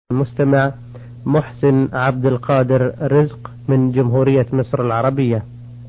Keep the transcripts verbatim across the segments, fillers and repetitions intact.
المستمع محسن عبد القادر رزق من جمهورية مصر العربية،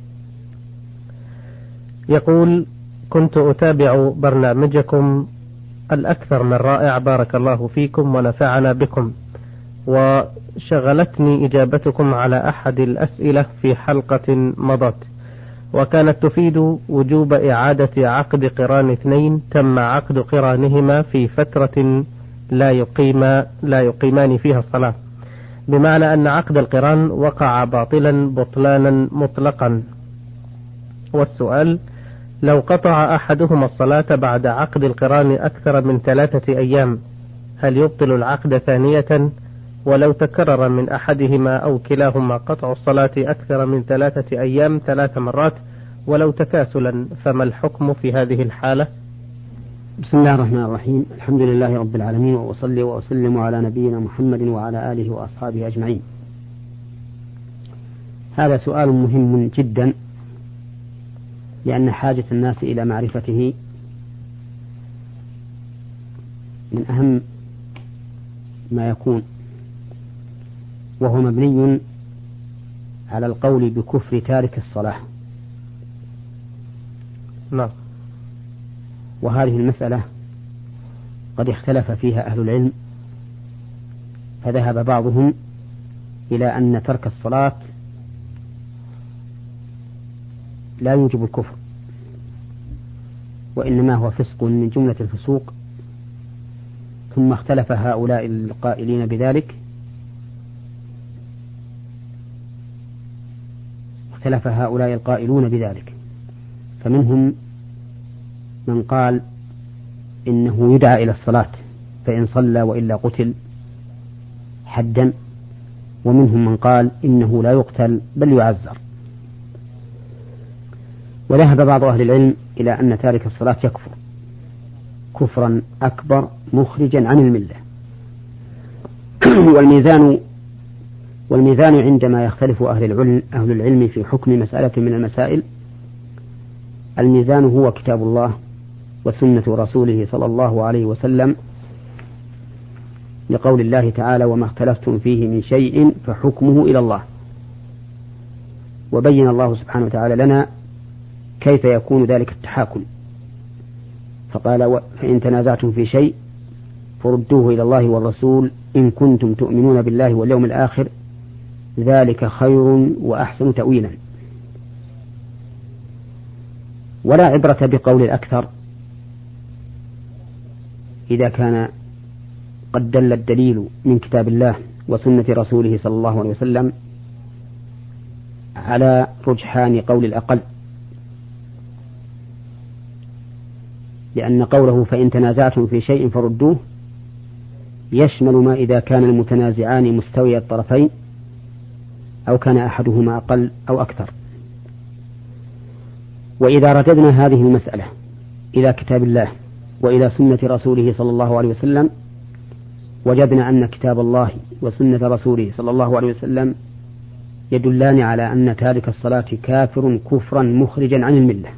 يقول: كنت أتابع برنامجكم الأكثر من رائع، بارك الله فيكم ونفعنا بكم، وشغلتني إجابتكم على أحد الأسئلة في حلقة مضت، وكانت تفيد وجوب إعادة عقد قران اثنين تم عقد قرانهما في فترة لا يقيم لا يقيمان فيها الصلاة، بمعنى أن عقد القران وقع باطلا بطلانا مطلقا. والسؤال: لو قطع أحدهما الصلاة بعد عقد القران أكثر من ثلاثة أيام، هل يبطل العقد ثانية؟ ولو تكرر من أحدهما أو كلاهما قطع الصلاة أكثر من ثلاثة أيام ثلاث مرات ولو تكاسلا، فما الحكم في هذه الحالة؟ بسم الله الرحمن الرحيم. الحمد لله رب العالمين، وأصلي وأسلم على نبينا محمد وعلى آله وأصحابه أجمعين. هذا سؤال مهم جدا، لأن حاجة الناس إلى معرفته من أهم ما يكون، وهو مبني على القول بكفر تارك الصلاة. نعم. وهذه المسألة قد اختلف فيها أهل العلم، فذهب بعضهم إلى أن ترك الصلاة لا يوجب الكفر، وإنما هو فسق من جملة الفسوق. ثم اختلف هؤلاء القائلين بذلك اختلف هؤلاء القائلون بذلك فمنهم من قال إنه يدعى إلى الصلاة فإن صلى وإلا قتل حدا، ومنهم من قال إنه لا يقتل بل يعزر. وذهب بعض أهل العلم إلى أن تارك الصلاة يكفر كفرا أكبر مخرجا عن الملة. والميزان والميزان عندما يختلف أهل العلم, أهل العلم في حكم مسألة من المسائل، الميزان هو كتاب الله وسنة رسوله صلى الله عليه وسلم، لقول الله تعالى: وما اختلفتم فيه من شيء فحكمه إلى الله. وبين الله سبحانه وتعالى لنا كيف يكون ذلك التحاكم، فقال: فإن تنازعتم في شيء فردوه إلى الله والرسول إن كنتم تؤمنون بالله واليوم الآخر ذلك خير وأحسن تأويلا. ولا عبرة بقول الأكثر إذا كان قد دل الدليل من كتاب الله وسنة رسوله صلى الله عليه وسلم على رجحان قول الأقل، لأن قوله فإن تنازعتم في شيء فردوه يشمل ما إذا كان المتنازعان مستوي الطرفين أو كان أحدهما أقل أو أكثر. وإذا رددنا هذه المسألة إلى كتاب الله وإلى سنة رسوله صلى الله عليه وسلم، وجدنا أن كتاب الله وسنة رسوله صلى الله عليه وسلم يدلان على أن تارك الصلاة كافر كفرا مخرجا عن الملة.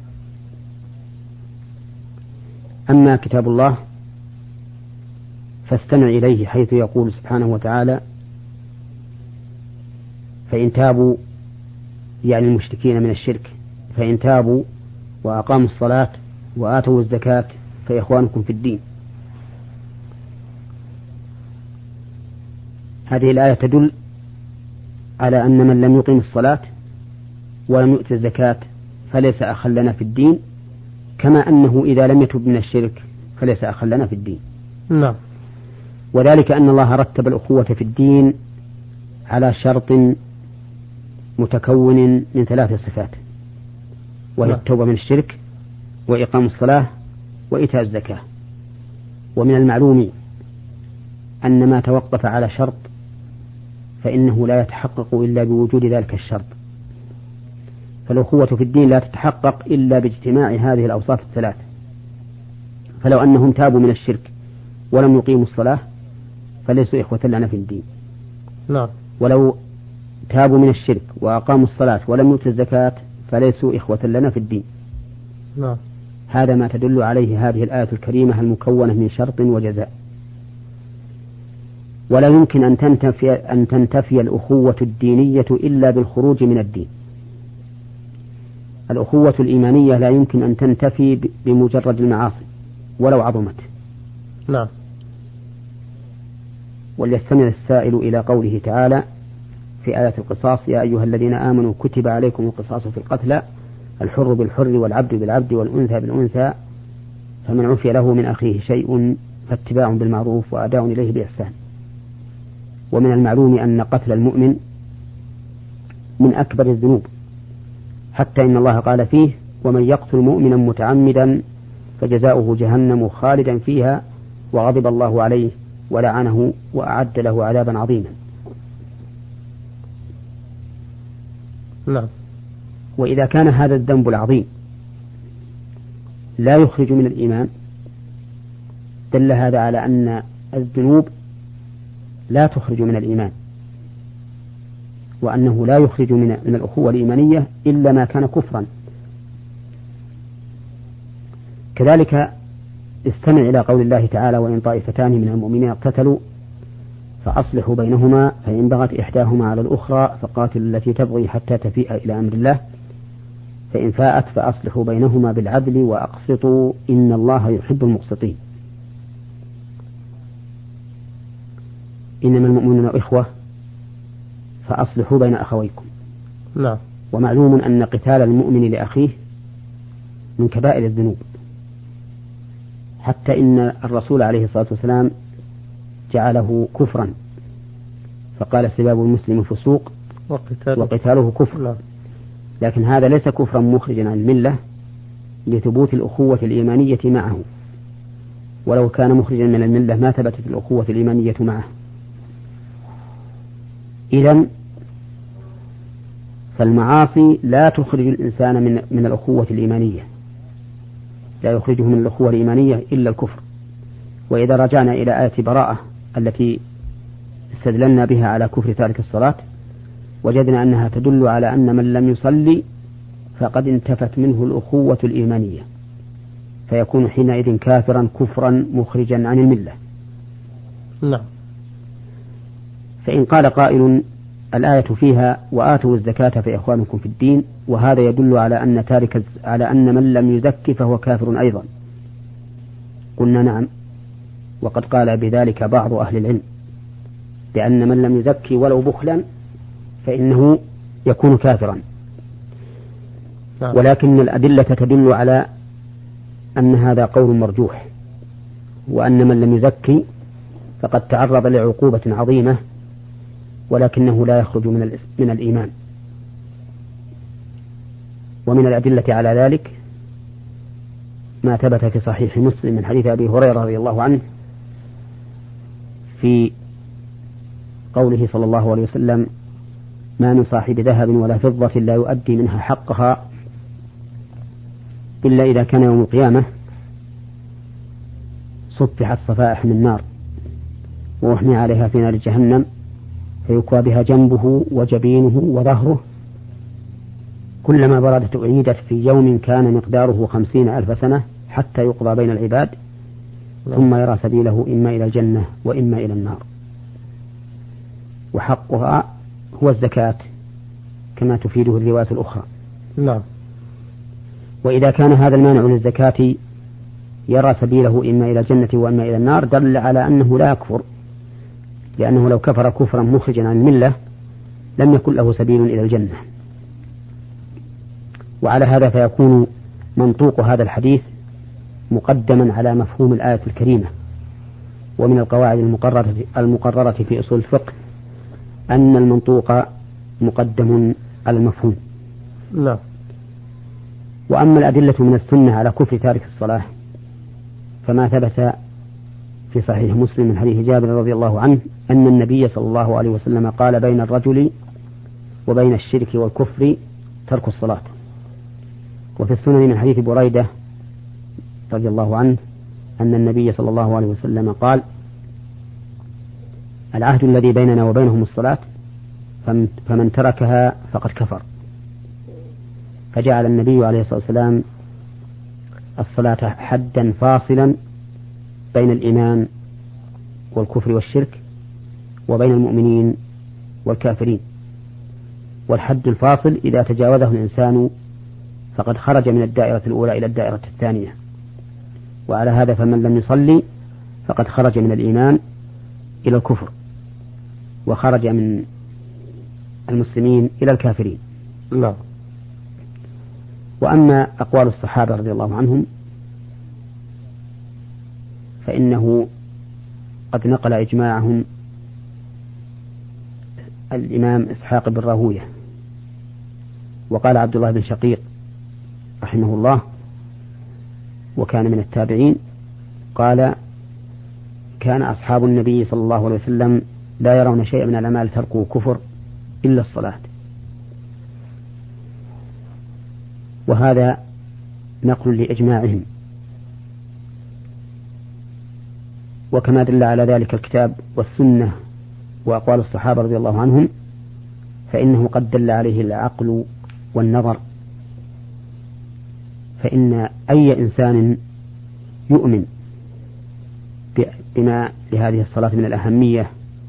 أما كتاب الله فاستمع إليه حيث يقول سبحانه وتعالى: فإن تابوا، يعني المشركين من الشرك، فإن تابوا وأقاموا الصلاة وآتوا الزكاة فإخوانكم في الدين. هذه الآية تدل على أن من لم يقيم الصلاة ولم يؤت الزكاة فليس أخا لنا في الدين، كما أنه إذا لم يتب من الشرك فليس أخا لنا في الدين. نعم. وذلك أن الله رتب الأخوة في الدين على شرط متكون من ثلاث صفات، وهي التوبة من الشرك وإقام الصلاة وإيتاء الزكاة. ومن المعلوم أن ما توقف على شرط فإنه لا يتحقق إلا بوجود ذلك الشرط، فالأخوة في الدين لا تتحقق إلا باجتماع هذه الأوصاف الثلاث. فلو أنهم تابوا من الشرك ولم يقيموا الصلاة فليسوا إخوة لنا في الدين. نعم. ولو تابوا من الشرك وأقاموا الصلاة ولم يؤتوا الزكاة فليسوا إخوة لنا في الدين. نعم. هذا ما تدل عليه هذه الآية الكريمة المكونة من شرط وجزاء. ولا يمكن أن تنتفي, أن تنتفي الأخوة الدينية إلا بالخروج من الدين. الأخوة الإيمانية لا يمكن أن تنتفي بمجرد المعاصي ولو عظمت. نعم. وليستمع السائل إلى قوله تعالى في آية القصاص: يا أيها الذين آمنوا كتب عليكم القصاص في القتلى الحر بالحر والعبد بالعبد والأنثى بالأنثى فمن عفي له من أخيه شيء فاتباع بالمعروف وأداء إليه بإحسان. ومن المعلوم أن قتل المؤمن من أكبر الذنوب، حتى إن الله قال فيه: ومن يقتل مؤمنا متعمدا فجزاؤه جهنم خالدا فيها وغضب الله عليه ولعنه وأعد له عذابا عظيما. نعم. وإذا كان هذا الذنب العظيم لا يخرج من الإيمان دل هذا على أن الذنوب لا تخرج من الإيمان، وأنه لا يخرج من, من الأخوة الإيمانية إلا ما كان كفرا. كذلك استمع إلى قول الله تعالى: وإن طائفتان من المؤمنين اقتتلوا فأصلحوا بينهما فإن بغت إحداهما على الأخرى فقاتلوا التي تبغي حتى تفيء إلى أمر الله فإن فاءت فأصلحوا بينهما بالعدل وأقسطوا إن الله يحب المقسطين. إنما المؤمنون إخوة فأصلحوا بين أخويكم. نعم. ومعلوم أن قتال المؤمن لأخيه من كبائر الذنوب، حتى إن الرسول عليه الصلاة والسلام جعله كفرا فقال: سباب المسلم فسوق وقتاله, وقتاله كفر. نعم. لكن هذا ليس كفرا مخرجا عن الملة لثبوت الأخوة الإيمانية معه، ولو كان مخرجا من الملة ما ثبتت الأخوة الإيمانية معه. إذن فالمعاصي لا تخرج الإنسان من, من الأخوة الإيمانية، لا يخرجه من الأخوة الإيمانية إلا الكفر. وإذا رجعنا إلى آية براءة التي استدللنا بها على كفر تارك الصلاة وجدنا أنها تدل على أن من لم يصلي فقد انتفت منه الأخوة الإيمانية، فيكون حينئذ كافرا كفرا مخرجا عن الملة. نعم. فإن قال قائل: الآية فيها وآتوا الزكاة فإخوانكم في الدين، وهذا يدل على أن تارك على أن من لم يزكي فهو كافر أيضا. قلنا نعم، وقد قال بذلك بعض أهل العلم بأن من لم يزكي ولو بخلا فإنه يكون كافرا. نعم. ولكن الأدلة تدل على أن هذا قول مرجوح، وأن من لم يزكي فقد تعرض لعقوبة عظيمة ولكنه لا يخرج من, من الإيمان. ومن الأدلة على ذلك ما ثبت في صحيح مسلم من حديث أبي هريرة رضي الله عنه في قوله صلى الله عليه وسلم: ما من صاحب ذهب ولا فضة لا يؤدي منها حقها إلا إذا كان يوم القيامة صفحت صفائح من نار وأحمي عليها في نار جهنم فيكوى بها جنبه وجبينه وظهره كلما بردت أعيدت في يوم كان مقداره خمسين ألف سنة حتى يقضى بين العباد ثم يرى سبيله إما إلى الجنة وإما إلى النار. وحقها هو الزكاة كما تفيده الروايات الأخرى. نعم. وإذا كان هذا المانع للزكاة يرى سبيله إما إلى الجنة وإما إلى النار دل على أنه لا يكفر، لأنه لو كفر كفرا مخرجا عن الملة لم يكن له سبيل إلى الجنة. وعلى هذا فيكون منطوق هذا الحديث مقدما على مفهوم الآية الكريمة. ومن القواعد المقررة, المقررة في أصول الفقه أن المنطوق مقدم على المفهوم. لا. وأما الأدلة من السنة على كفر تارك الصلاة فما ثبت في صحيح مسلم من حديث جابر رضي الله عنه أن النبي صلى الله عليه وسلم قال: بين الرجل وبين الشرك والكفر ترك الصلاة. وفي السنن من حديث بريدة رضي الله عنه أن النبي صلى الله عليه وسلم قال: العهد الذي بيننا وبينهم الصلاة فمن تركها فقد كفر. فجعل النبي عليه الصلاة والسلام الصلاة حدا فاصلا بين الإيمان والكفر والشرك، وبين المؤمنين والكافرين. والحد الفاصل إذا تجاوزه الإنسان فقد خرج من الدائرة الأولى إلى الدائرة الثانية. وعلى هذا فمن لم يصلي فقد خرج من الإيمان إلى الكفر، وخرج من المسلمين إلى الكافرين. لا. وأما أقوال الصحابة رضي الله عنهم فإنه قد نقل إجماعهم الإمام إسحاق بن راهوية. وقال عبد الله بن شقيق رحمه الله وكان من التابعين قال: كان أصحاب النبي صلى الله عليه وسلم لا يرون شيئا من الأعمال تركه كفر إلا الصلاة. وهذا نقل لإجماعهم، وكما دل على ذلك الكتاب والسنة وأقوال الصحابة رضي الله عنهم فإنه قد دل عليه العقل والنظر. فإن أي إنسان يؤمن بما لهذه الصلاة من الأهمية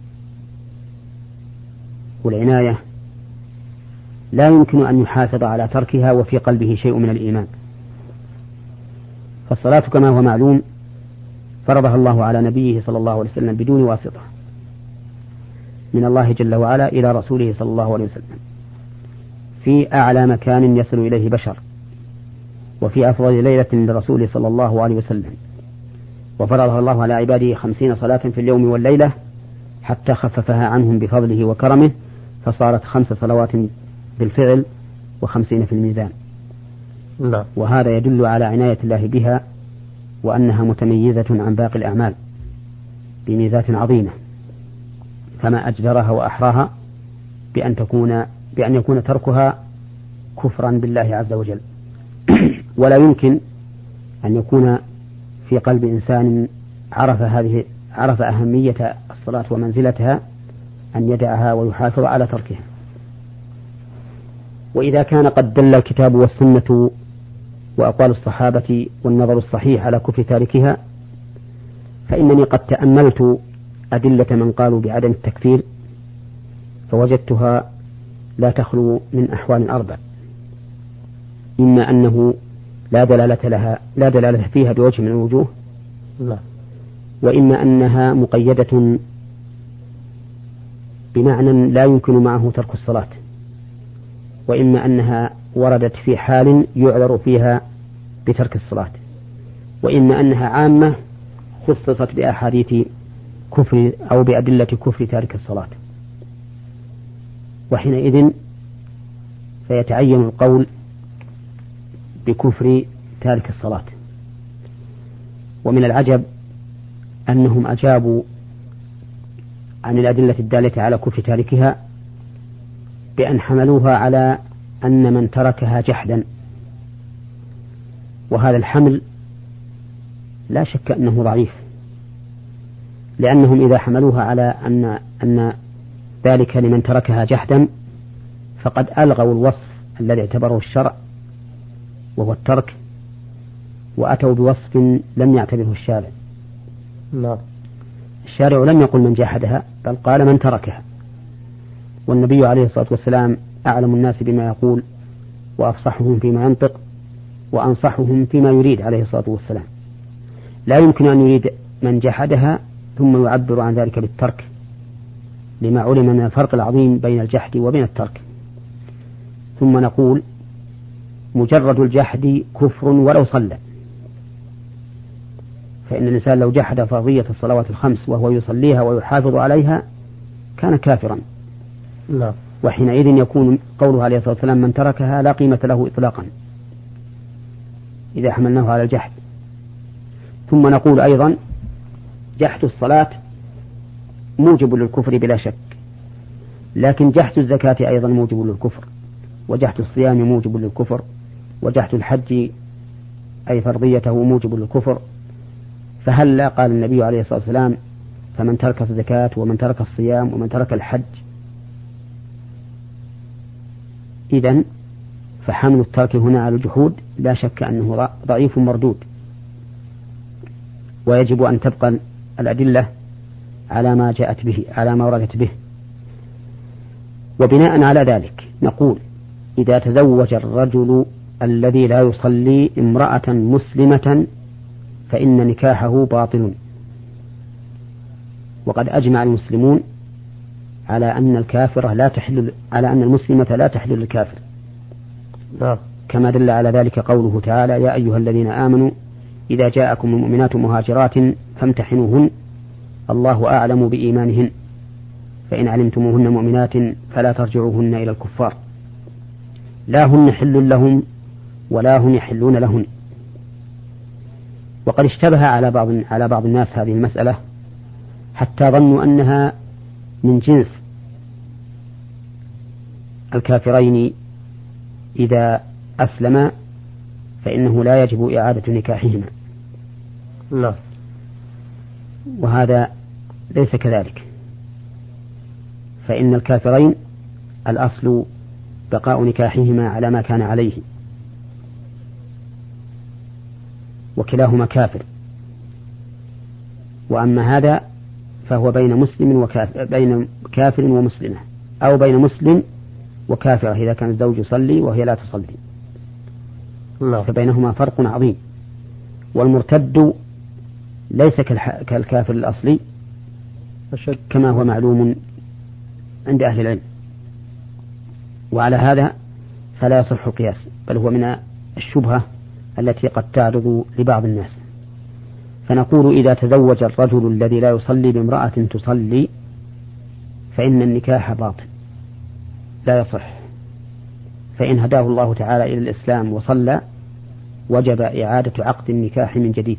والعناية لا يمكن أن يحافظ على تركها وفي قلبه شيء من الإيمان. فالصلاة كما هو معلوم فرضها الله على نبيه صلى الله عليه وسلم بدون واسطة من الله جل وعلا إلى رسوله صلى الله عليه وسلم في أعلى مكان يصل إليه بشر، وفي أفضل ليلة لرسوله صلى الله عليه وسلم. وفرضها الله على عباده خمسين صلاة في اليوم والليلة حتى خففها عنهم بفضله وكرمه، فصارت خمس صلوات بالفعل وخمسين في الميزان. لا. وهذا يدل على عناية الله بها وأنها متميزة عن باقي الأعمال بميزات عظيمة، فما أجدرها وأحراها بأن تكون بأن يكون تركها كفرا بالله عز وجل. ولا يمكن أن يكون في قلب إنسان عرف هذه عرف أهمية الصلاة ومنزلتها أن يدعها ويحافظ على تركها. وإذا كان قد دل الكتاب والسنة وأقوال الصحابة والنظر الصحيح على كفر تاركها، فإنني قد تأملت أدلة من قالوا بعدم التكفير فوجدتها لا تخلو من أحوال أربع: إما أنه لا دلالة لها لا دلالة فيها بوجه من الوجوه، لا. وإما أنها مقيدة بمعنى لا يمكن معه ترك الصلاة، وإما أنها وردت في حال يعذر فيها بترك الصلاة، وإما أنها عامة خصصت بأحاديث كفر أو بأدلة كفر تارك الصلاة. وحينئذ فيتعين القول بكفر تارك الصلاة. ومن العجب أنهم أجابوا عن الأدلة الدالة على كفر تاركها بأن حملوها على أن من تركها جحدا، وهذا الحمل لا شك أنه ضعيف، لأنهم إذا حملوها على أن أن ذلك لمن تركها جحدا فقد ألغوا الوصف الذي اعتبره الشرع وهو الترك، وأتوا بوصف لم يعتبره الشارع. لا. الشارع لم يقل من جحدها بل قال من تركها، والنبي عليه الصلاة والسلام أعلم الناس بما يقول وأفصحهم فيما ينطق وأنصحهم فيما يريد عليه الصلاة والسلام. لا يمكن أن يريد من جحدها ثم يعبر عن ذلك بالترك، لما علم من الفرق العظيم بين الجحد وبين الترك. ثم نقول مجرد الجحد كفر ولو صلى، فإن الإنسان لو جحد فرضية الصلوات الخمس وهو يصليها ويحافظ عليها كان كافرا. لا. وحينئذ يكون قوله عليه الصلاة والسلام من تركها لا قيمة له إطلاقا إذا حملناه على الجحد. ثم نقول أيضا جحد الصلاة موجب للكفر بلا شك، لكن جحد الزكاة أيضا موجب للكفر، وجحد الصيام موجب للكفر، وجحد الحج أي فرضيته موجب للكفر. فهل لا قال النبي عليه الصلاة والسلام فمن ترك الزكاة ومن ترك الصيام ومن ترك الحج؟ إذن فحمل الترك هنا على الجحود لا شك أنه ضعيف مردود، ويجب أن تبقى الأدلة على ما جاءت به على ما وردت به. وبناء على ذلك نقول إذا تزوج الرجل الذي لا يصلي امرأة مسلمة فإن نكاحه باطل. وقد أجمع المسلمون على أن الكافرة لا تحل على أن المسلمة لا تحل للكافر، كما دل على ذلك قوله تعالى: يا أيها الذين آمنوا إذا جاءكم المؤمنات مهاجرات فامتحنوهن الله أعلم بإيمانهن فإن علمتموهن مؤمنات فلا ترجعوهن إلى الكفار لا هن حل لهم ولا هم يحلون لهن. وقد اشتبه على بعض على بعض الناس هذه المسألة حتى ظنوا أنها من جنس الكافرين إذا أسلما فإنه لا يجب إعادة نكاحهما. لا. وهذا ليس كذلك، فإن الكافرين الأصل بقاء نكاحهما على ما كان عليه، وكلاهما كافر. وأما هذا فهو بين مسلم وكافر بين كافر ومسلمة، أو بين مسلم وكافرة إذا كان الزوج يصلي وهي لا تصلي. لا. فبينهما فرق عظيم. والمرتد ليس كالكافر الأصلي كما هو معلوم عند أهل العلم، وعلى هذا فلا يصح القياس، بل هو من الشبهة التي قد تعرض لبعض الناس. فنقول إذا تزوج الرجل الذي لا يصلي بامرأة تصلي فإن النكاح باطل لا يصح، فإن هداه الله تعالى إلى الإسلام وصلى وجب إعادة عقد النكاح من جديد.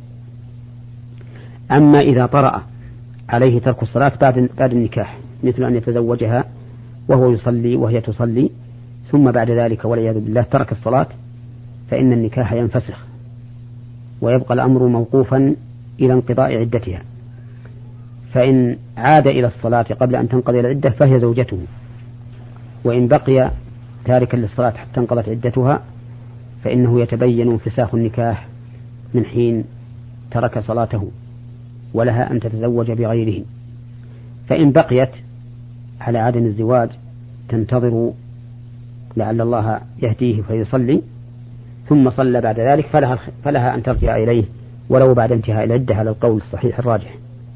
أما إذا طرأ عليه ترك الصلاة بعد بعد النكاح، مثل أن يتزوجها وهو يصلي وهي تصلي ثم بعد ذلك والعياذ بالله ترك الصلاة، فإن النكاح ينفسخ ويبقى الأمر موقوفا إلى انقضاء عدتها. فإن عاد إلى الصلاة قبل أن تنقضي العدة فهي زوجته، وإن بقي تاركا للصلاة حتى انقضت عدتها فإنه يتبين انفساخ النكاح من حين ترك صلاته، ولها أن تتزوج بغيره. فإن بقيت على عدم الزواج تنتظر لعل الله يهديه فيصلي ثم صلى بعد ذلك فلها, فلها أن ترجع إليه ولو بعد انتهاء العدة على القول الصحيح الراجح.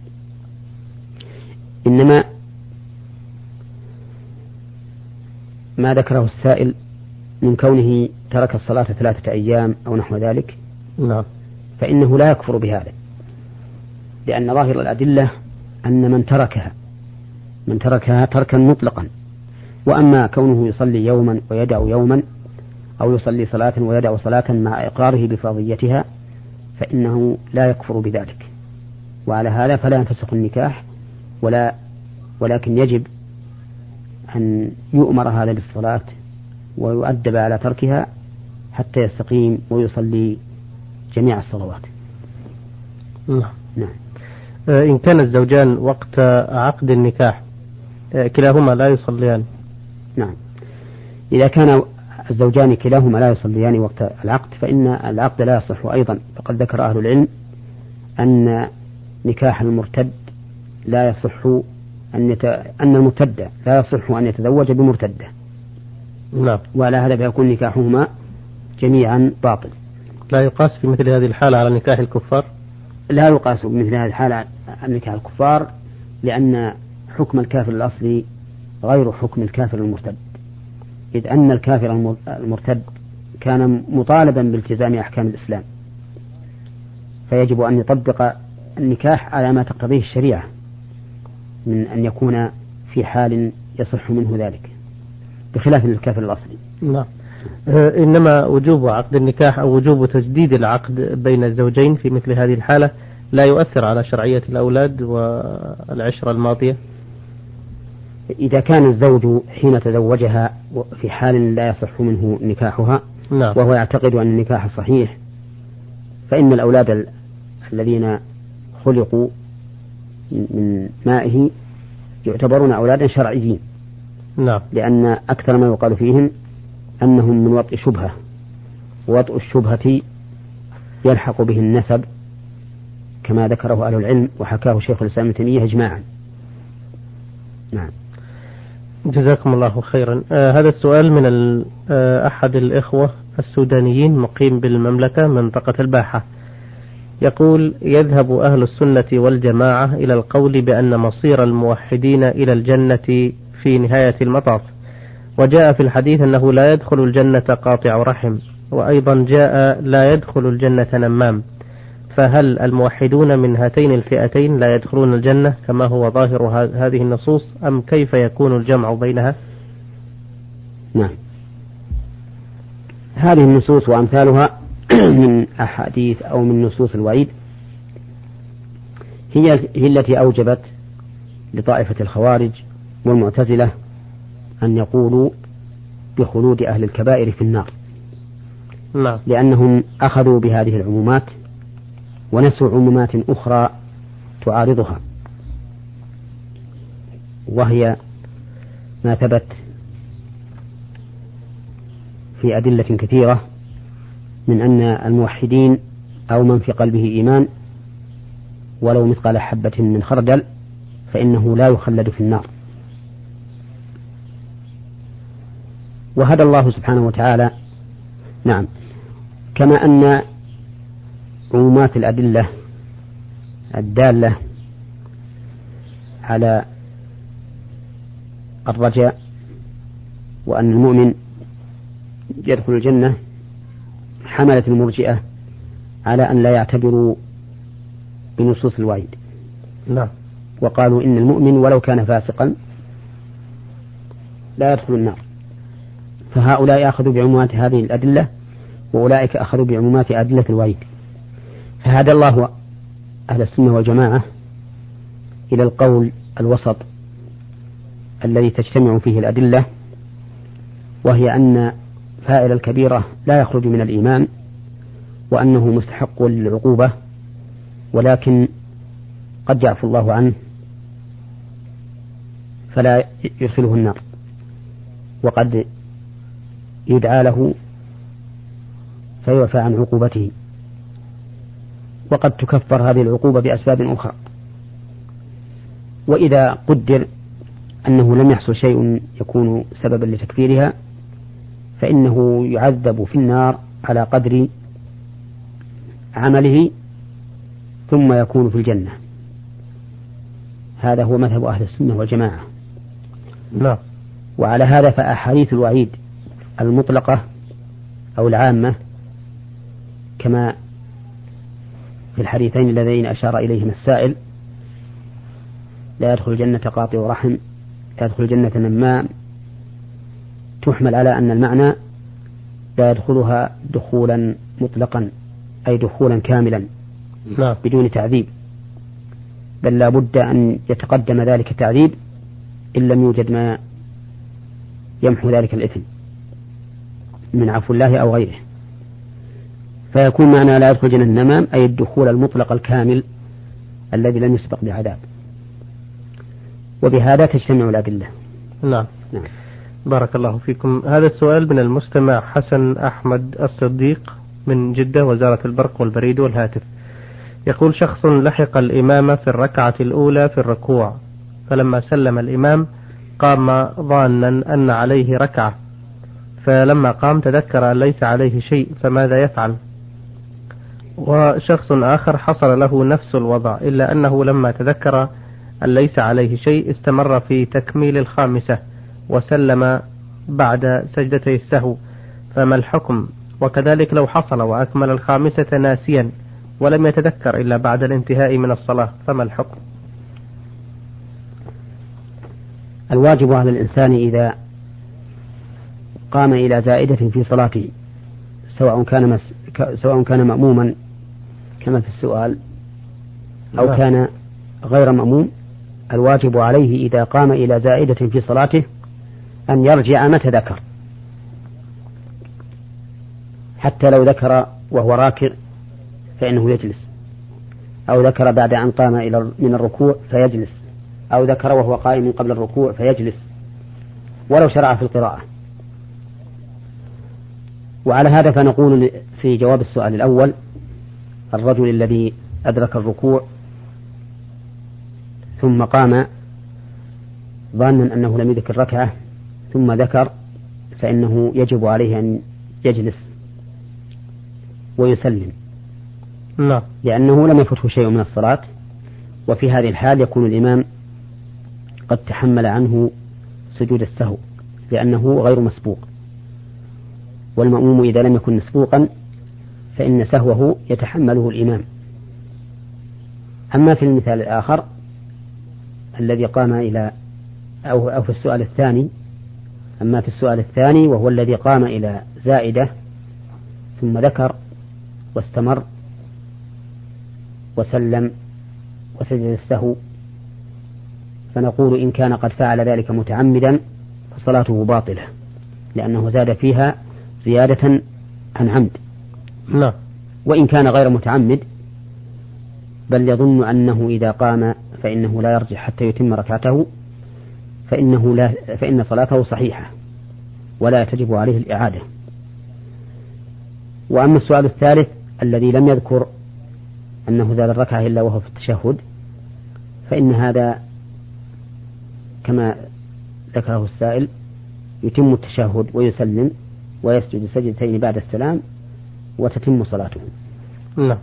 إنما ما ذكره السائل من كونه ترك الصلاة ثلاثة أيام أو نحو ذلك لا. فإنه لا يكفر بهذا، لأن ظاهر الأدلة أن من تركها من تركها تركا مطلقا. وأما كونه يصلي يوما ويدع يوما أو يصلي صلاة ويدع صلاة مع إقراره بفرضيتها فإنه لا يكفر بذلك. وعلى هذا فلا ينفسخ النكاح، ولا ولكن يجب أن يؤمر هذا بالصلاة ويؤدب على تركها حتى يستقيم ويصلي جميع الصلوات. نعم. نعم. إن كان الزوجان وقت عقد النكاح كلاهما لا يصليان. نعم. إذا كان الزوجان كلاهما لا يصليان وقت العقد فإن العقد لا يصح أيضا، فقد ذكر أهل العلم أن نكاح المرتد لا يصح أن يت... أن المرتد لا يصح أن يتزوج بمرتدة. نعم. وعلى هذا فيكون نكاحهما جميعا باطل. لا يقاس في مثل هذه الحالة على نكاح الكفار؟ لا يقاس بمثل هذه الحالة على نكاح الكفار، لأن حكم الكافر الأصلي غير حكم الكافر المرتد، إذ أن الكافر المرتد كان مطالبا بالتزام أحكام الإسلام، فيجب أن يطبق النكاح على ما تقتضيه الشريعة من أن يكون في حال يصح منه ذلك، بخلاف الكافر الأصلي. نعم. إنما وجوب عقد النكاح أو وجوب تجديد العقد بين الزوجين في مثل هذه الحالة لا يؤثر على شرعية الأولاد والعشرة الماضية؟ إذا كان الزوج حين تزوجها في حال لا يصح منه نكاحها، نعم. وهو يعتقد أن النكاح صحيح، فإن الأولاد الذين خلقوا من مائه يعتبرون أولادا شرعيين. نعم. لأن أكثر ما يقال فيهم أنهم من وطء شبهة، ووطء الشبهة يلحق به النسب كما ذكره أهل العلم وحكاه شيخ الإسلام ابن تيمية إجماعا. نعم. جزاكم الله خيرا. آه هذا السؤال من آه أحد الإخوة السودانيين مقيم بالمملكة منطقة الباحة، يقول: يذهب أهل السنة والجماعة إلى القول بأن مصير الموحدين إلى الجنة في نهاية المطاف، وجاء في الحديث أنه لا يدخل الجنة قاطع رحم، وأيضا جاء لا يدخل الجنة نمام، فهل الموحدون من هاتين الفئتين لا يدخلون الجنة كما هو ظاهر هذه النصوص، أم كيف يكون الجمع بينها؟ نعم، هذه النصوص وأمثالها من أحاديث أو من نصوص الوعيد هي هي التي أوجبت لطائفة الخوارج والمعتزلة أن يقولوا بخلود أهل الكبائر في النار. نعم. لأنهم أخذوا بهذه العمومات ونسوا عمومات أخرى تعارضها، وهي ما ثبت في أدلة كثيرة من أن الموحدين أو من في قلبه إيمان ولو مثقال حبة من خردل فإنه لا يخلد في النار. وهدى الله سبحانه وتعالى نعم كما أن عمومات الأدلة الدالة على الرجاء وأن المؤمن يدخل الجنة حملت المرجئة على أن لا يعتبروا بنصوص الوعيد. لا. وقالوا إن المؤمن ولو كان فاسقا لا يدخل النار، فهؤلاء أخذوا بعمومات هذه الأدلة وأولئك أخذوا بعمومات أدلة الوعيد. فهدى الله أهل السنة والجماعة إلى القول الوسط الذي تجتمع فيه الأدلة، وهي أن فاعل الكبيرة لا يخرج من الإيمان وأنه مستحق للعقوبة، ولكن قد يعفو الله عنه فلا يدخله النار، وقد يدعى له فيعفى عن عقوبته، وقد تكفر هذه العقوبة بأسباب أخرى. وإذا قدر أنه لم يحصل شيء يكون سببا لتكفيرها فإنه يعذب في النار على قدر عمله ثم يكون في الجنة. هذا هو مذهب أهل السنة والجماعة. لا. وعلى هذا فأحاديث الوعيد المطلقة أو العامة كما في الحديثين اللذين أشار إليهما السائل: لا يدخل الجنة قاطع رحم، لا يدخل الجنة نمام، تحمل على أن المعنى لا يدخلها دخولا مطلقا أي دخولا كاملا لا. بدون تعذيب، بل لا بد أن يتقدم ذلك التعذيب إن لم يوجد ما يمحو ذلك الإثم من عفو الله أو غيره، فيكون معنى لا يدخل جنة النمام أي الدخول المطلق الكامل الذي لم يسبق بعذاب. وبهذا تجتمع الأدلة. نعم. نعم. بارك الله فيكم. هذا السؤال من المستمع حسن أحمد الصديق من جدة، وزارة البرق والبريد والهاتف، يقول: شخص لحق الإمام في الركعة الأولى في الركوع، فلما سلم الإمام قام ظانا أن عليه ركعة، فلما قام تذكر أن ليس عليه شيء، فماذا يفعل؟ وشخص آخر حصل له نفس الوضع إلا أنه لما تذكر أن ليس عليه شيء استمر في تكميل الخامسة وسلم بعد سجدتي السهو، فما الحكم؟ وكذلك لو حصل وأكمل الخامسة ناسيا ولم يتذكر إلا بعد الانتهاء من الصلاة، فما الحكم؟ الواجب على الإنسان إذا قام إلى زائدة في صلاته سواء كان مس... سواء كان مأموما كما في السؤال أو لا. كان غير مأموم، الواجب عليه إذا قام إلى زائدة في صلاته أن يرجع متى ذكر، حتى لو ذكر وهو راكع فإنه يجلس، أو ذكر بعد أن قام إلى من الركوع فيجلس، أو ذكر وهو قائم قبل الركوع فيجلس، ولو شرع في القراءة. وعلى هذا فنقول في جواب السؤال الأول: الرجل الذي أدرك الركوع ثم قام ظانا أنه لم يدرك الركعة ثم ذكر، فإنه يجب عليه أن يجلس ويسلم، لا. لأنه لم يفته شيء من الصلاة، وفي هذه الحال يكون الإمام قد تحمل عنه سجود السهو لأنه غير مسبوق، والمأموم إذا لم يكن مسبوقا فإن سهوه يتحمله الإمام. أما في المثال الآخر الذي قام إلى أو, أو في السؤال الثاني أما في السؤال الثاني وهو الذي قام إلى زائدة ثم ذكر واستمر وسلم وسجد السهو، فنقول إن كان قد فعل ذلك متعمدا فصلاته باطلة، لأنه زاد فيها زيادة عن عمد. لا. وإن كان غير متعمد بل يظن أنه إذا قام فإنه لا يرجع حتى يتم ركعته، فإنه لا فإن صلاته صحيحة ولا تجب عليه الإعادة. وأما السؤال الثالث الذي لم يذكر أنه زاد الركعة إلا وهو في التشهد، فإن هذا كما ذكره السائل يتم التشهد ويسلم ويسجد سجدتين بعد السلام وتتم صلاته. نعم.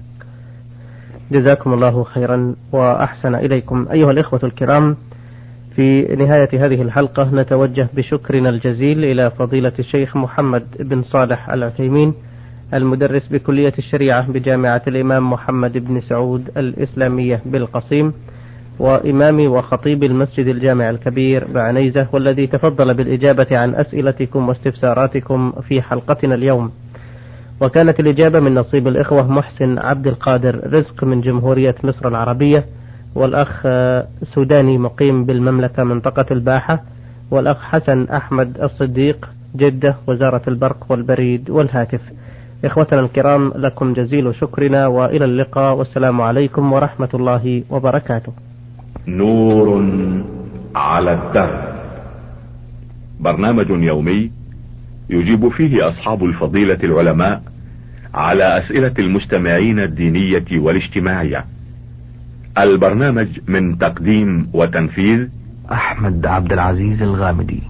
جزاكم الله خيرا وأحسن إليكم. أيها الإخوة الكرام، في نهاية هذه الحلقة نتوجه بشكرنا الجزيل إلى فضيلة الشيخ محمد بن صالح العثيمين، المدرس بكلية الشريعة بجامعة الإمام محمد بن سعود الإسلامية بالقصيم، وإمام وخطيب المسجد الجامع الكبير بعنيزة، والذي تفضل بالإجابة عن أسئلتكم واستفساراتكم في حلقتنا اليوم. وكانت الإجابة من نصيب الإخوة محسن عبد القادر رزق من جمهورية مصر العربية، والأخ سوداني مقيم بالمملكة منطقة الباحة، والأخ حسن أحمد الصديق جدة وزارة البرق والبريد والهاتف. إخوتنا الكرام، لكم جزيل شكرنا وإلى اللقاء، والسلام عليكم ورحمة الله وبركاته. نور على الدرب، برنامج يومي يجيب فيه أصحاب الفضيلة العلماء على أسئلة المستمعين الدينية والاجتماعية. البرنامج من تقديم وتنفيذ أحمد عبد العزيز الغامدي.